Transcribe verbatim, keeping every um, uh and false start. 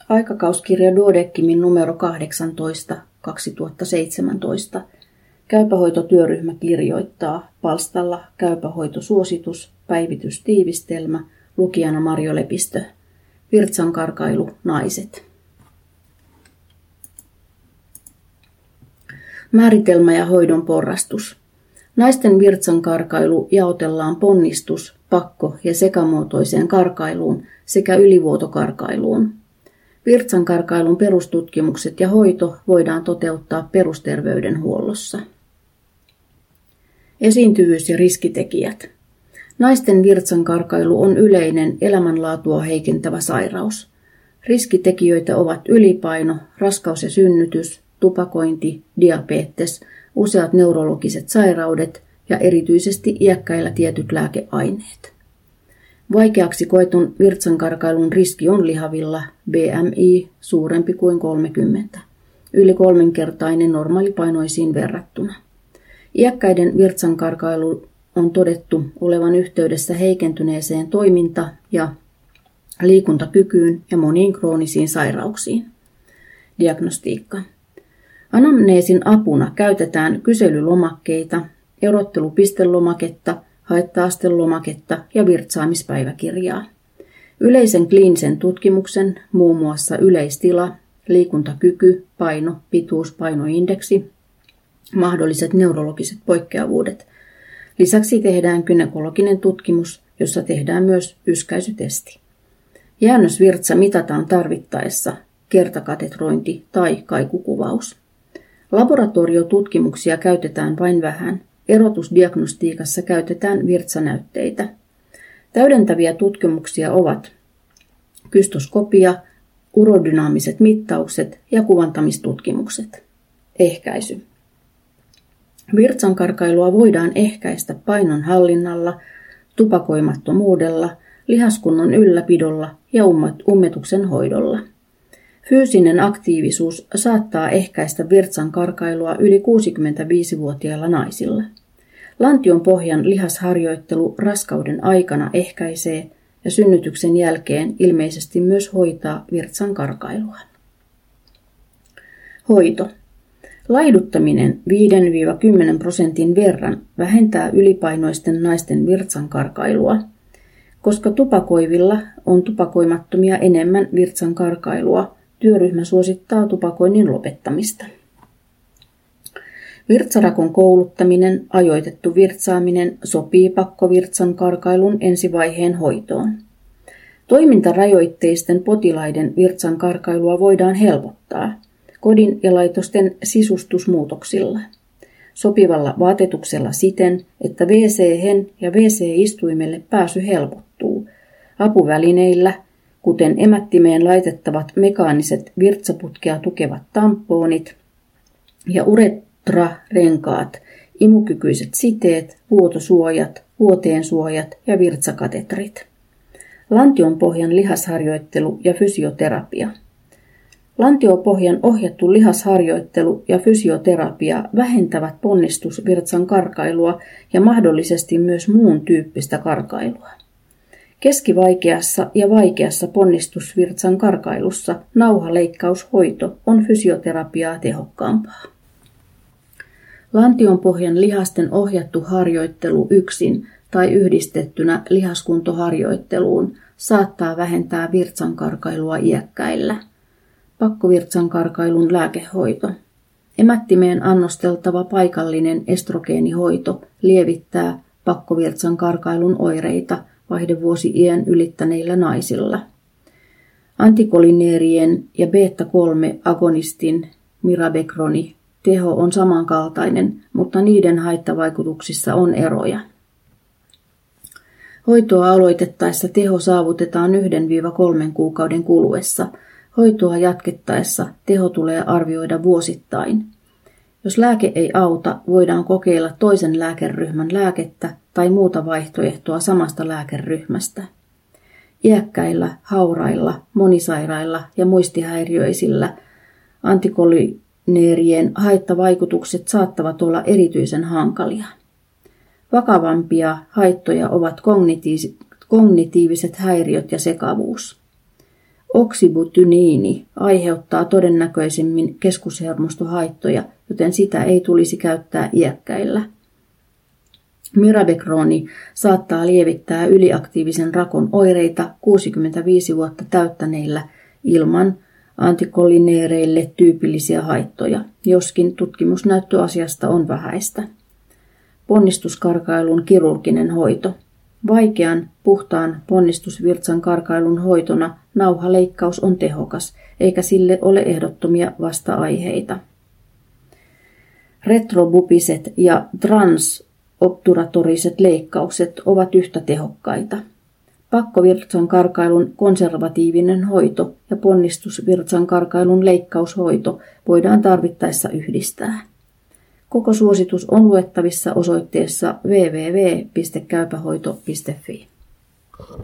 Aikakauskirja Duodecimin numero kahdeksantoista kaksituhattaseitsemäntoista. Käypähoitotyöryhmä kirjoittaa palstalla Käypähoitosuositus, päivitystiivistelmä, lukijana Marjo Lepistö. Virtsankarkailu, naiset. Määritelmä ja hoidon porrastus. Naisten virtsankarkailu jaotellaan ponnistus-, pakko- ja sekamuotoiseen karkailuun sekä ylivuotokarkailuun. Virtsankarkailun perustutkimukset ja hoito voidaan toteuttaa perusterveydenhuollossa. Esiintyvyys ja riskitekijät. Naisten virtsankarkailu on yleinen elämänlaatua heikentävä sairaus. Riskitekijöitä ovat ylipaino, raskaus ja synnytys, tupakointi, diabetes, useat neurologiset sairaudet ja erityisesti iäkkäillä tietyt lääkeaineet. Vaikeaksi koetun virtsankarkailun riski on lihavilla B M I suurempi kuin kolmekymmentä, yli kolminkertainen normaalipainoisiin verrattuna. Iäkkäiden virtsankarkailu on todettu olevan yhteydessä heikentyneeseen toiminta- ja liikuntakykyyn ja moniin kroonisiin sairauksiin. Diagnostiikka. Anamneesin apuna käytetään kyselylomakkeita, erottelupistelomaketta, haitta-astelomaketta ja virtsaamispäiväkirjaa. Yleisen kliinisen tutkimuksen, muun muassa yleistila, liikuntakyky, paino, pituus, painoindeksi, mahdolliset neurologiset poikkeavuudet. Lisäksi tehdään gynekologinen tutkimus, jossa tehdään myös yskäisytesti. Jäännösvirtsa mitataan tarvittaessa, kertakatetrointi tai kaikukuvaus. Laboratoriotutkimuksia käytetään vain vähän. Erotusdiagnostiikassa käytetään virtsanäytteitä. Täydentäviä tutkimuksia ovat kystoskopia, urodynaamiset mittaukset ja kuvantamistutkimukset. Ehkäisy. Virtsankarkailua voidaan ehkäistä painon hallinnalla, tupakoimattomuudella, lihaskunnon ylläpidolla ja ummetuksen hoidolla. Fyysinen aktiivisuus saattaa ehkäistä virtsankarkailua yli kuusikymmentäviisivuotiailla naisilla. Lantion pohjan lihasharjoittelu raskauden aikana ehkäisee ja synnytyksen jälkeen ilmeisesti myös hoitaa virtsankarkailua. Hoito. Laiduttaminen viidestä kymmeneen prosentin verran vähentää ylipainoisten naisten virtsankarkailua. Koska tupakoivilla on tupakoimattomia enemmän virtsankarkailua, työryhmä suosittaa tupakoinnin lopettamista. Virtsarakon kouluttaminen, ajoitettu virtsaaminen sopii pakkovirtsankarkailun ensivaiheen hoitoon. Toimintarajoitteisten potilaiden virtsankarkailua voidaan helpottaa kodin ja laitosten sisustusmuutoksilla. Sopivalla vaatetuksella siten, että W C-hen ja W C-istuimelle pääsy helpottuu. Apuvälineillä, kuten emättimeen laitettavat mekaaniset virtsaputkea tukevat tampoonit ja uretrarenkaat, imukykyiset siteet, vuotosuojat, vuoteensuojat ja virtsakatetrit. Lantionpohjan lihasharjoittelu ja fysioterapia. Lantiopohjan ohjattu lihasharjoittelu ja fysioterapia vähentävät ponnistusvirtsan karkailua ja mahdollisesti myös muun tyyppistä karkailua. Keskivaikeassa ja vaikeassa ponnistusvirtsan karkailussa nauhaleikkaushoito on fysioterapiaa tehokkaampaa. Lantionpohjan lihasten ohjattu harjoittelu yksin tai yhdistettynä lihaskuntoharjoitteluun saattaa vähentää virtsankarkailua iäkkäillä. Pakkovirtsankarkailun lääkehoito. Emättimeen annosteltava paikallinen estrogeenihoito lievittää pakkovirtsankarkailun oireita vaihdevuosi-iän ylittäneillä naisilla. Antikolineerien ja beta kolme agonistin mirabekroni teho on samankaltainen, mutta niiden haittavaikutuksissa on eroja. Hoitoa aloitettaessa teho saavutetaan yhdestä kolmeen kuukauden kuluessa. Hoitoa jatkettaessa teho tulee arvioida vuosittain. Jos lääke ei auta, voidaan kokeilla toisen lääkeryhmän lääkettä tai muuta vaihtoehtoa samasta lääkeryhmästä. Iäkkäillä, haurailla, monisairailla ja muistihäiriöisillä antikolineerien haittavaikutukset saattavat olla erityisen hankalia. Vakavampia haittoja ovat kognitiiviset häiriöt ja sekavuus. Oksibutyniini aiheuttaa todennäköisemmin keskushermostohaittoja, joten sitä ei tulisi käyttää iäkkäillä. Mirabegroni saattaa lievittää yliaktiivisen rakon oireita kuusikymmentäviisi vuotta täyttäneillä ilman antikolineereille tyypillisiä haittoja, joskin tutkimusnäyttö asiasta on vähäistä. Ponnistuskarkailun kirurginen hoito. Vaikean, puhtaan ponnistusvirtsan karkailun hoitona nauhaleikkaus on tehokas, eikä sille ole ehdottomia vasta-aiheita. Retrobupiset ja transobturatoriset leikkaukset ovat yhtä tehokkaita. Pakkovirtsan karkailun konservatiivinen hoito ja ponnistusvirtsan karkailun leikkaushoito voidaan tarvittaessa yhdistää. Koko suositus on luettavissa osoitteessa double-u double-u double-u piste käypähoito piste fi.